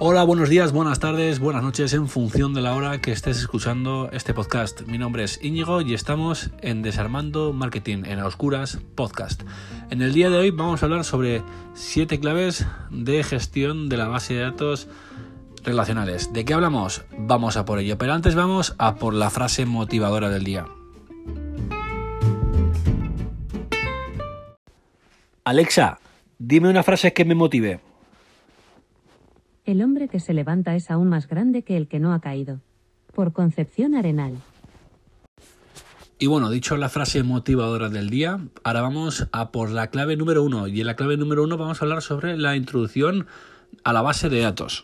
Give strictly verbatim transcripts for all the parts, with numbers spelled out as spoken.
Hola, buenos días, buenas tardes, buenas noches en función de la hora que estés escuchando este podcast. Mi nombre es Íñigo y estamos en Desarmando Marketing en A Oscuras Podcast. En el día de hoy vamos a hablar sobre siete claves de gestión de la base de datos relacionales. ¿De qué hablamos? Vamos a por ello, pero antes vamos a por la frase motivadora del día. Alexa, dime una frase que me motive. El hombre que se levanta es aún más grande que el que no ha caído. Por Concepción Arenal. Y bueno, dicho la frase motivadora del día, ahora vamos a por la clave número uno. Y en la clave número uno vamos a hablar sobre la introducción a la base de datos.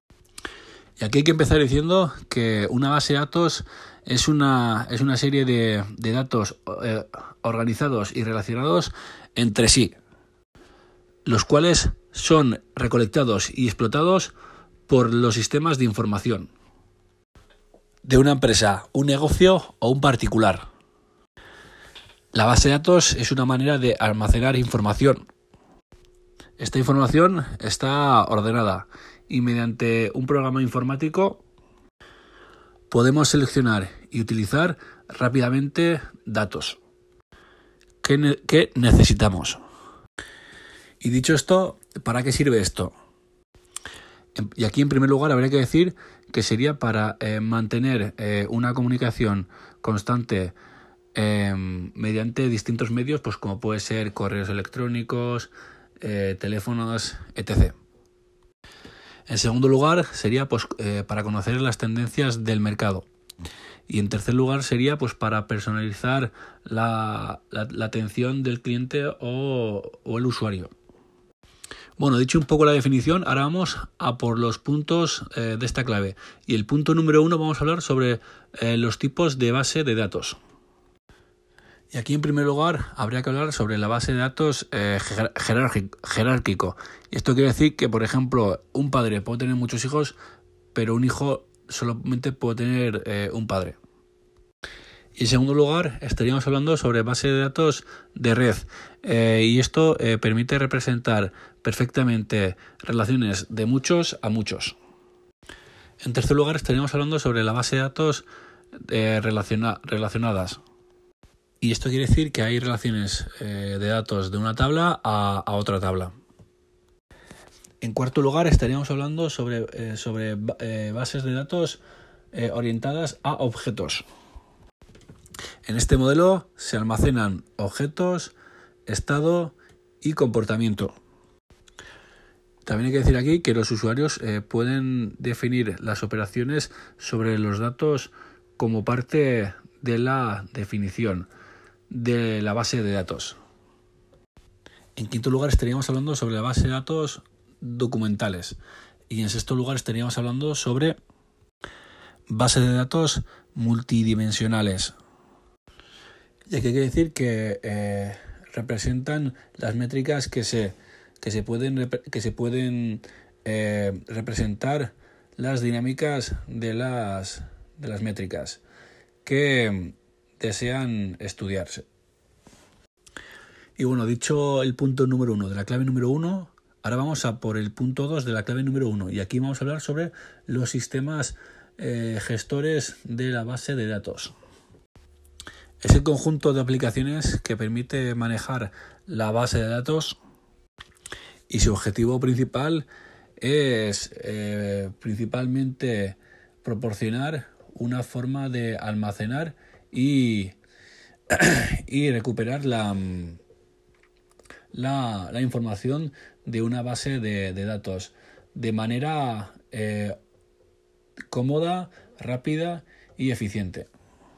Y aquí hay que empezar diciendo que una base de datos es una, es una serie de, de datos eh, organizados y relacionados entre sí, los cuales son recolectados y explotados por los sistemas de información de una empresa, un negocio o un particular. La base de datos es una manera de almacenar información. Esta información está ordenada y mediante un programa informático podemos seleccionar y utilizar rápidamente datos que, ne- que necesitamos. Y dicho esto, ¿para qué sirve esto? Y aquí en primer lugar habría que decir que sería para eh, mantener eh, una comunicación constante eh, mediante distintos medios, pues como puede ser correos electrónicos, eh, teléfonos, etcétera. En segundo lugar sería pues eh, para conocer las tendencias del mercado. Y en tercer lugar sería pues para personalizar la, la, la atención del cliente o, o el usuario. Bueno, dicho un poco la definición, ahora vamos a por los puntos eh, de esta clave. Y el punto número uno vamos a hablar sobre eh, los tipos de base de datos. Y aquí en primer lugar habría que hablar sobre la base de datos eh, jerárquico, jerárquico. Y esto quiere decir que, por ejemplo, un padre puede tener muchos hijos, pero un hijo solamente puede tener eh, un padre. Y en segundo lugar estaríamos hablando sobre base de datos de red eh, y esto eh, permite representar perfectamente relaciones de muchos a muchos. En tercer lugar estaríamos hablando sobre la base de datos eh, relaciona- relacionadas y esto quiere decir que hay relaciones eh, de datos de una tabla a, a otra tabla. En cuarto lugar estaríamos hablando sobre, eh, sobre eh, bases de datos eh, orientadas a objetos. En este modelo se almacenan objetos, estado y comportamiento. También hay que decir aquí que los usuarios eh, pueden definir las operaciones sobre los datos como parte de la definición de la base de datos. En quinto lugar estaríamos hablando sobre la base de datos documentales. Y en sexto lugar estaríamos hablando sobre bases de datos multidimensionales. Y aquí hay que decir que eh, representan las métricas que se, que se pueden, que se pueden eh, representar las dinámicas de las, de las métricas que desean estudiarse. Y bueno, dicho el punto número uno de la clave número uno, ahora vamos a por el punto dos de la clave número uno. Y aquí vamos a hablar sobre los sistemas eh, gestores de la base de datos. Es el conjunto de aplicaciones que permite manejar la base de datos y su objetivo principal es eh, principalmente proporcionar una forma de almacenar y, y recuperar la, la, la información de una base de, de datos de manera eh, cómoda, rápida y eficiente.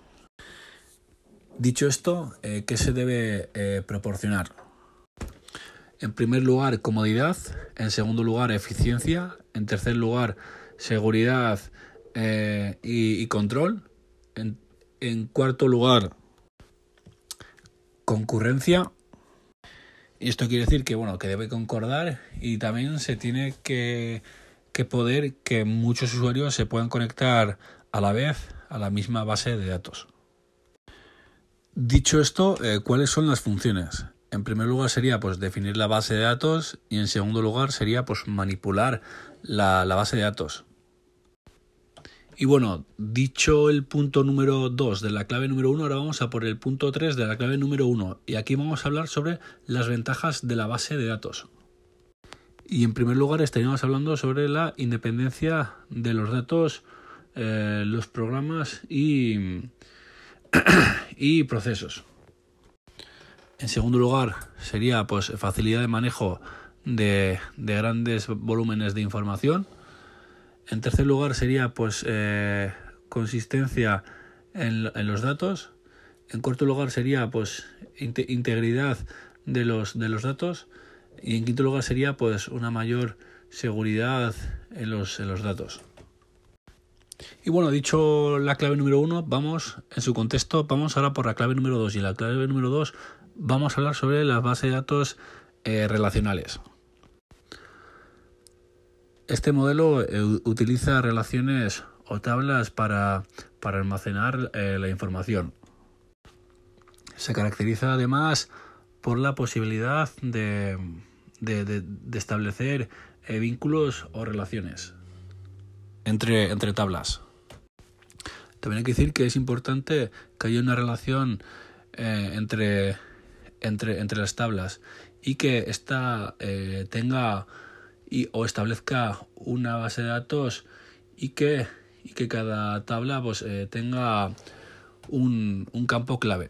Dicho esto, eh, ¿qué se debe eh, proporcionar? En primer lugar, comodidad. En segundo lugar, eficiencia. En tercer lugar, seguridad eh, y, y control. En, en cuarto lugar, concurrencia. Y esto quiere decir que, bueno, que debe concordar y también se tiene que, que poder que muchos usuarios se puedan conectar a la vez a la misma base de datos. Dicho esto, eh, ¿cuáles son las funciones? En primer lugar sería pues definir la base de datos y en segundo lugar sería pues manipular la, la base de datos. Y bueno, dicho el punto número dos de la clave número uno, ahora vamos a por el punto tres de la clave número uno. Y aquí vamos a hablar sobre las ventajas de la base de datos. Y en primer lugar estaríamos hablando sobre la independencia de los datos, eh, los programas y, y procesos. En segundo lugar sería pues facilidad de manejo de, de grandes volúmenes de información. En tercer lugar sería pues eh, consistencia en, en los datos. En cuarto lugar sería pues inte- integridad de los, de los datos. Y en quinto lugar sería pues una mayor seguridad en los, en los datos. Y bueno, dicho la clave número uno, vamos en su contexto, vamos ahora por la clave número dos. Y en la clave número dos vamos a hablar sobre las bases de datos eh, relacionales. Este modelo eh, utiliza relaciones o tablas para, para almacenar eh, la información. Se caracteriza además por la posibilidad de, de, de, de establecer eh, vínculos o relaciones entre, entre tablas. También hay que decir que es importante que haya una relación eh, entre, entre, entre las tablas y que ésta eh, tenga y, o establezca una base de datos y que, y que cada tabla pues, eh, tenga un, un campo clave.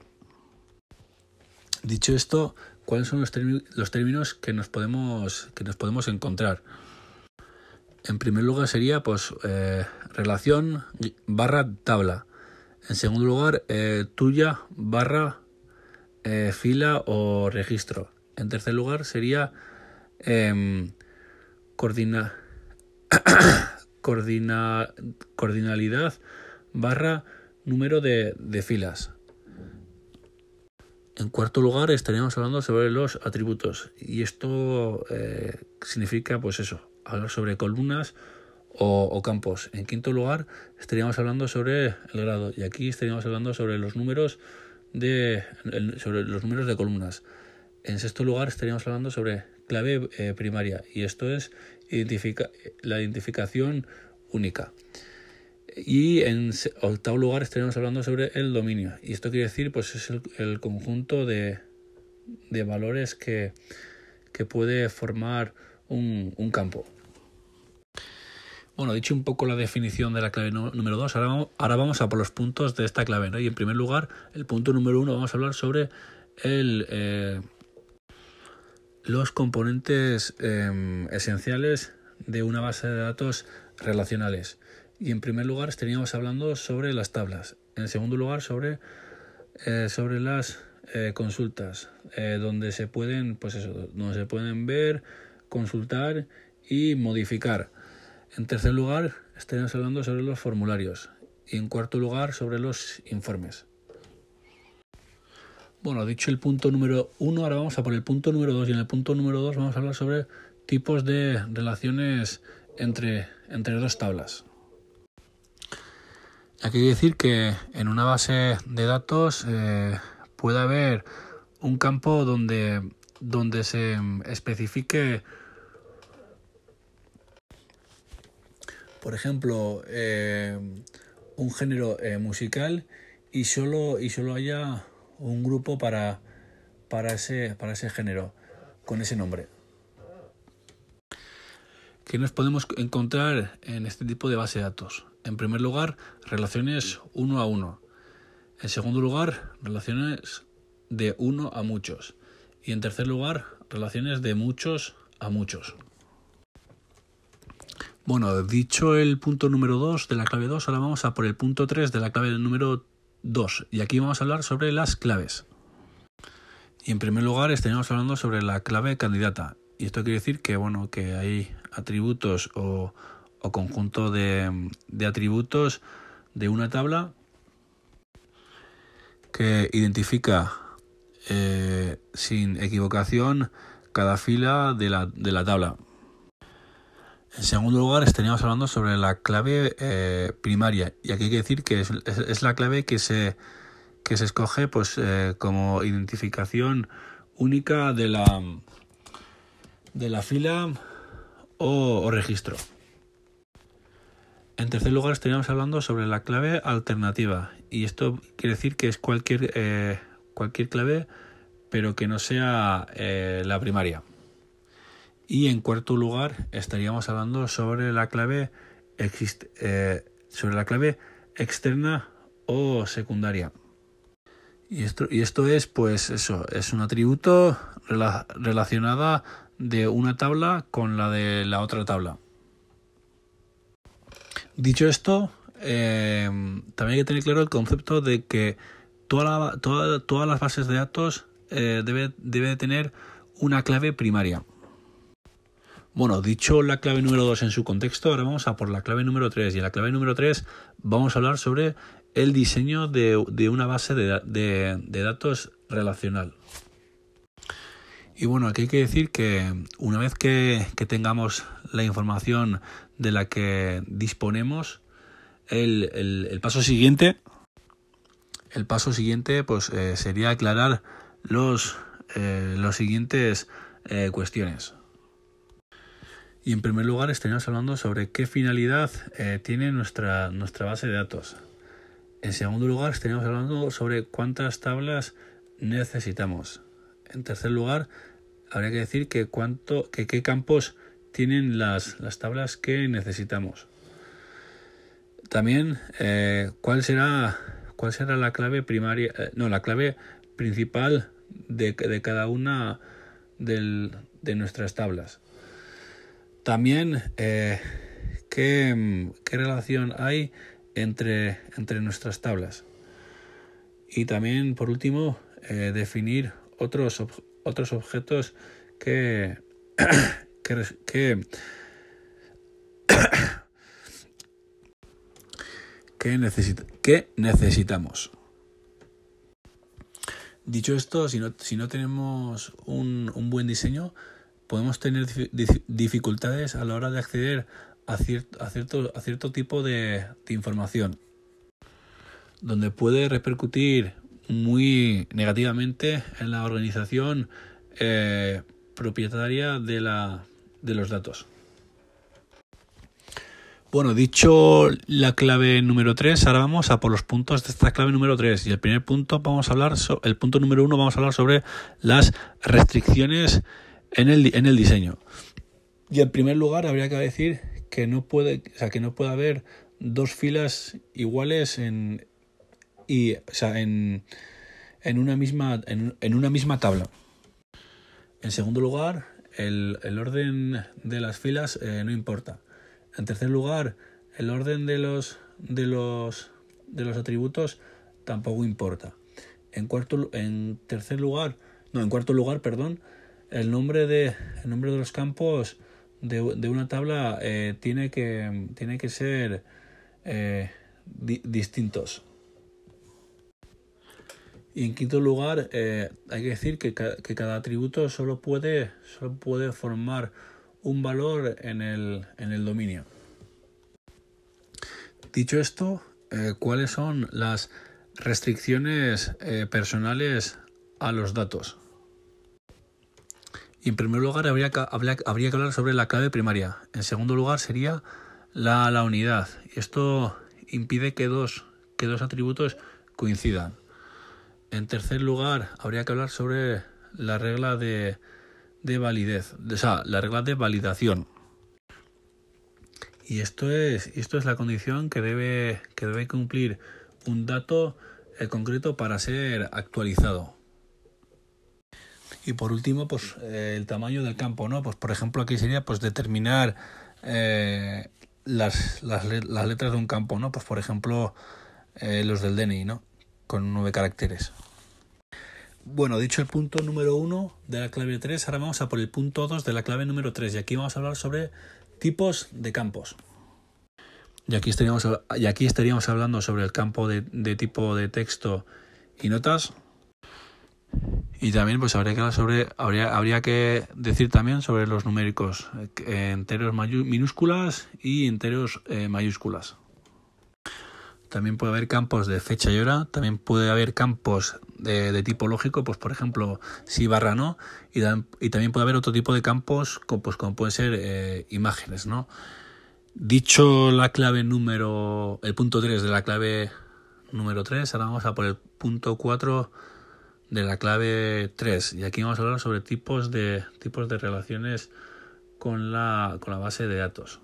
Dicho esto, ¿cuáles son los, términos, los términos que nos podemos, que nos podemos encontrar? En primer lugar sería pues eh, relación barra tabla. En segundo lugar, eh, tuya barra eh, fila o registro. En tercer lugar sería eh, coordina, coordina, coordinalidad barra número de, de filas. En cuarto lugar estaríamos hablando sobre los atributos y esto eh, significa pues eso, hablar sobre columnas o, o campos. En quinto lugar estaríamos hablando sobre el grado y aquí estaríamos hablando sobre los números de sobre los números de columnas. En sexto lugar estaríamos hablando sobre clave eh, primaria y esto es identifica, la identificación única. Y en octavo lugar estaríamos hablando sobre el dominio. Y esto quiere decir, pues es el, el conjunto de, de valores que, que puede formar un, un campo. Bueno, dicho un poco la definición de la clave no, número dos, ahora vamos, ahora vamos a por los puntos de esta clave, ¿no? Y en primer lugar, el punto número uno, vamos a hablar sobre el, eh, los componentes eh, esenciales de una base de datos relacionales. Y en primer lugar estaríamos hablando sobre las tablas. En segundo lugar sobre, eh, sobre las eh, consultas, eh, donde se pueden, pues eso, donde se pueden ver, consultar y modificar. En tercer lugar estaríamos hablando sobre los formularios. Y en cuarto lugar sobre los informes. Bueno, dicho el punto número uno, ahora vamos a por el punto número dos. Y en el punto número dos vamos a hablar sobre tipos de relaciones entre, entre dos tablas. Aquí hay que decir que en una base de datos eh, puede haber un campo donde, donde se especifique, por ejemplo, eh, un género eh, musical y solo, y solo haya un grupo para, para, ese, para ese género con ese nombre. ¿Qué nos podemos encontrar en este tipo de base de datos? En primer lugar, relaciones uno a uno. En segundo lugar, relaciones de uno a muchos. Y en tercer lugar, relaciones de muchos a muchos. Bueno, dicho el punto número dos de la clave dos, ahora vamos a por el punto tres de la clave número dos. Y aquí vamos a hablar sobre las claves. Y en primer lugar, estaríamos hablando sobre la clave candidata. Y esto quiere decir que, bueno, que hay atributos o, o conjunto de, de atributos de una tabla que identifica eh, sin equivocación cada fila de la, de la tabla. En segundo lugar estaríamos hablando sobre la clave eh, primaria y aquí hay que decir que es, es, es la clave que se, que se escoge pues, eh, como identificación única de la, de la fila o, o registro. En tercer lugar estaríamos hablando sobre la clave alternativa, y esto quiere decir que es cualquier, eh, cualquier clave pero que no sea eh, la primaria. Y en cuarto lugar estaríamos hablando sobre la clave exist, eh, sobre la clave externa o secundaria. Y esto, y esto es, pues eso, es un atributo rela, relacionada de una tabla con la de la otra tabla. Dicho esto, eh, también hay que tener claro el concepto de que toda la, toda, todas las bases de datos eh, debe, debe tener una clave primaria. Bueno, dicho la clave número dos en su contexto, ahora vamos a por la clave número tres. Y en la clave número tres vamos a hablar sobre el diseño de, de una base de, de, de datos relacional. Y bueno, aquí hay que decir que una vez que, que tengamos la información de la que disponemos, el, el, el paso siguiente, el paso siguiente pues eh, sería aclarar los, eh, los siguientes eh, cuestiones. Y en primer lugar estaríamos hablando sobre qué finalidad eh, tiene nuestra, nuestra base de datos. En segundo lugar estaríamos hablando sobre cuántas tablas necesitamos. En tercer lugar, habría que decir que cuánto, que qué campos tienen las, las tablas que necesitamos. También eh, cuál será cuál será la clave primaria, eh, no, la clave principal de, de cada una del, de nuestras tablas. También eh, qué, qué relación hay entre, entre nuestras tablas. Y también, por último, eh, definir otros objetos otros objetos que, que, que, que, necesit, que necesitamos. Dicho esto, si no, si no tenemos un, un buen diseño, podemos tener dificultades a la hora de acceder a cierto, a cierto, a cierto tipo de, de información, donde puede repercutir muy negativamente en la organización eh, propietaria de, la, de los datos. Bueno, dicho la clave número tres, ahora vamos a por los puntos de esta clave número tres. Y el primer punto vamos a hablar, so, el punto número uno vamos a hablar sobre las restricciones en el, en el diseño. Y en primer lugar habría que decir que no puede, o sea, que no puede haber dos filas iguales en y o sea en, en una misma en, en una misma tabla. En segundo lugar, el, el orden de las filas eh, no importa. En tercer lugar, el orden de los de los de los atributos tampoco importa. En cuarto en tercer lugar, no, en cuarto lugar, perdón, el nombre de el nombre de los campos de, de una tabla eh, tiene que tiene que ser eh, di, distintos. Y en quinto lugar, eh, hay que decir que, ca- que cada atributo solo puede, solo puede formar un valor en el, en el dominio. Dicho esto, eh, ¿cuáles son las restricciones eh, personales a los datos? Y en primer lugar, habría que, habría, habría que hablar sobre la clave primaria. En segundo lugar, sería la, la unidad. Y esto impide que dos, que dos atributos coincidan. En tercer lugar, habría que hablar sobre la regla de, de validez, o sea, la regla de validación. Y esto es, esto es la condición que debe, que debe cumplir un dato eh, concreto para ser actualizado. Y por último, pues eh, el tamaño del campo, ¿no? Pues por ejemplo, aquí sería pues determinar eh, las, las, las letras de un campo, ¿no? Pues por ejemplo, eh, los del D N I, ¿no? Con nueve caracteres. Bueno, dicho el punto número uno de la clave tres, ahora vamos a por el punto dos de la clave número tres. Y aquí vamos a hablar sobre tipos de campos. Y aquí estaríamos, y aquí estaríamos hablando sobre el campo de, de tipo de texto y notas. Y también pues habría que hablar sobre, habría, habría que decir también sobre los numéricos, eh, enteros mayu, minúsculas y enteros eh, mayúsculas. también puede haber campos de fecha y hora, también puede haber campos de, de tipo lógico, pues por ejemplo sí barra no, y, dan, y también puede haber otro tipo de campos como, pues, como pueden ser eh, imágenes, ¿no? Dicho la clave número, el punto tres de la clave número tres, ahora vamos a por el punto cuatro de la clave tres, y aquí vamos a hablar sobre tipos de tipos de relaciones con la, con la base de datos.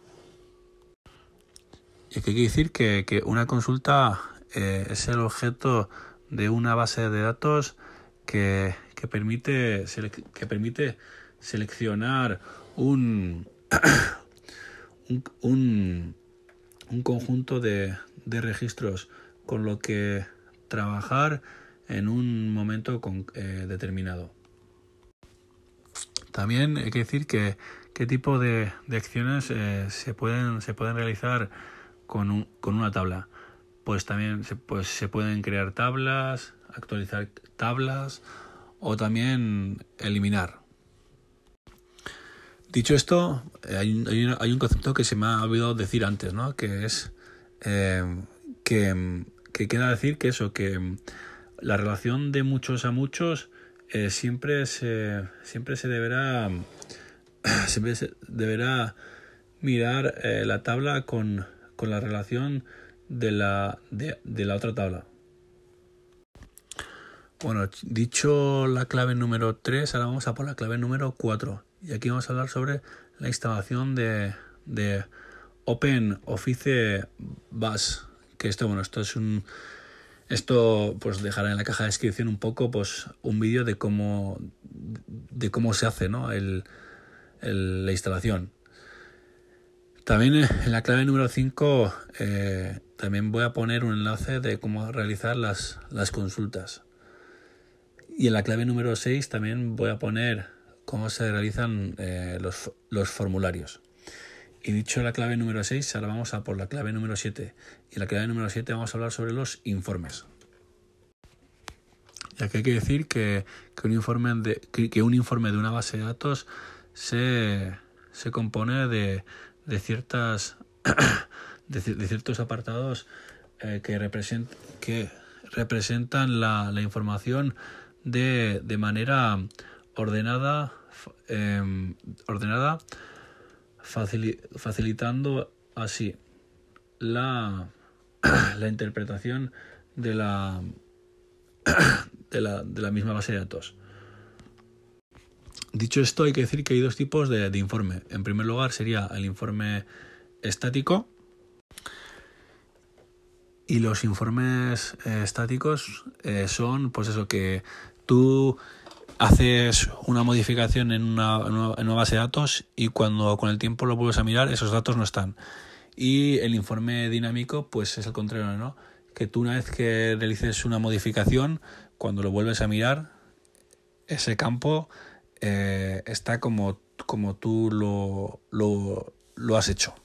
Y aquí hay que decir que, que una consulta eh, es el objeto de una base de datos que, que, permite, sele- que permite seleccionar un, un, un, un conjunto de, de registros con lo que trabajar en un momento con, eh, determinado. También hay que decir que qué tipo de, de acciones eh, se pueden se pueden realizar con, un, con una tabla. Pues también se, pues, se pueden crear tablas, actualizar tablas o también eliminar. Dicho esto, hay un, hay un, hay un concepto que se me ha olvidado decir antes, ¿no? Que es eh, que, que queda decir que eso, que la relación de muchos a muchos eh, siempre se siempre se deberá siempre se deberá mirar eh, la tabla con, con la relación de la de, de la otra tabla. Bueno, dicho la clave número tres, ahora vamos a por la clave número cuatro. Y aquí vamos a hablar sobre la instalación de, de OpenOffice Bus. Que esto, bueno, esto es un Esto pues dejará en la caja de descripción un poco pues un vídeo de cómo de cómo se hace, ¿no? el, el, la instalación. También en la clave número cinco eh, también voy a poner un enlace de cómo realizar las, las consultas. Y en la clave número seis también voy a poner cómo se realizan eh, los, los formularios. Y dicho la clave número seis, ahora vamos a por la clave número siete. Y en la clave número siete vamos a hablar sobre los informes. Y aquí hay que decir que, que, un, informe de, que, que un informe de una base de datos se, se compone de, de, ciertas, de, de ciertos apartados eh, que, represent, que representan la, la información de, de manera ordenada, eh, ordenada facilitando así la, la interpretación de la, de la de la misma base de datos. Dicho esto, hay que decir que hay dos tipos de, de informe. En primer lugar sería el informe estático, y los informes eh, estáticos eh, son pues eso, que tú haces una modificación en una, en una base de datos y cuando con el tiempo lo vuelves a mirar, esos datos no están. Y el informe dinámico pues es el contrario, ¿no? Que tú una vez que realices una modificación, cuando lo vuelves a mirar, ese campo eh, está como, como tú lo, lo, lo has hecho.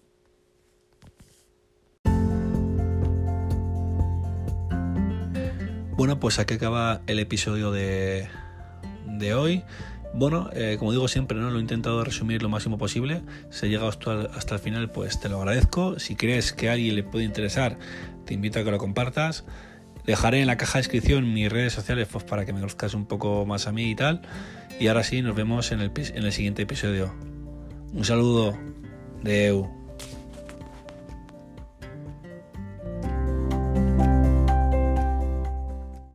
Bueno, pues aquí acaba el episodio de, de hoy. Bueno, eh, como digo siempre, ¿no? Lo he intentado resumir lo máximo posible. Si has llegado hasta, hasta el final, pues te lo agradezco. Si crees que a alguien le puede interesar, te invito a que lo compartas. Dejaré en la caja de descripción mis redes sociales pues, para que me conozcas un poco más a mí y tal. Y ahora sí, nos vemos en el, en el siguiente episodio. Un saludo. Deu.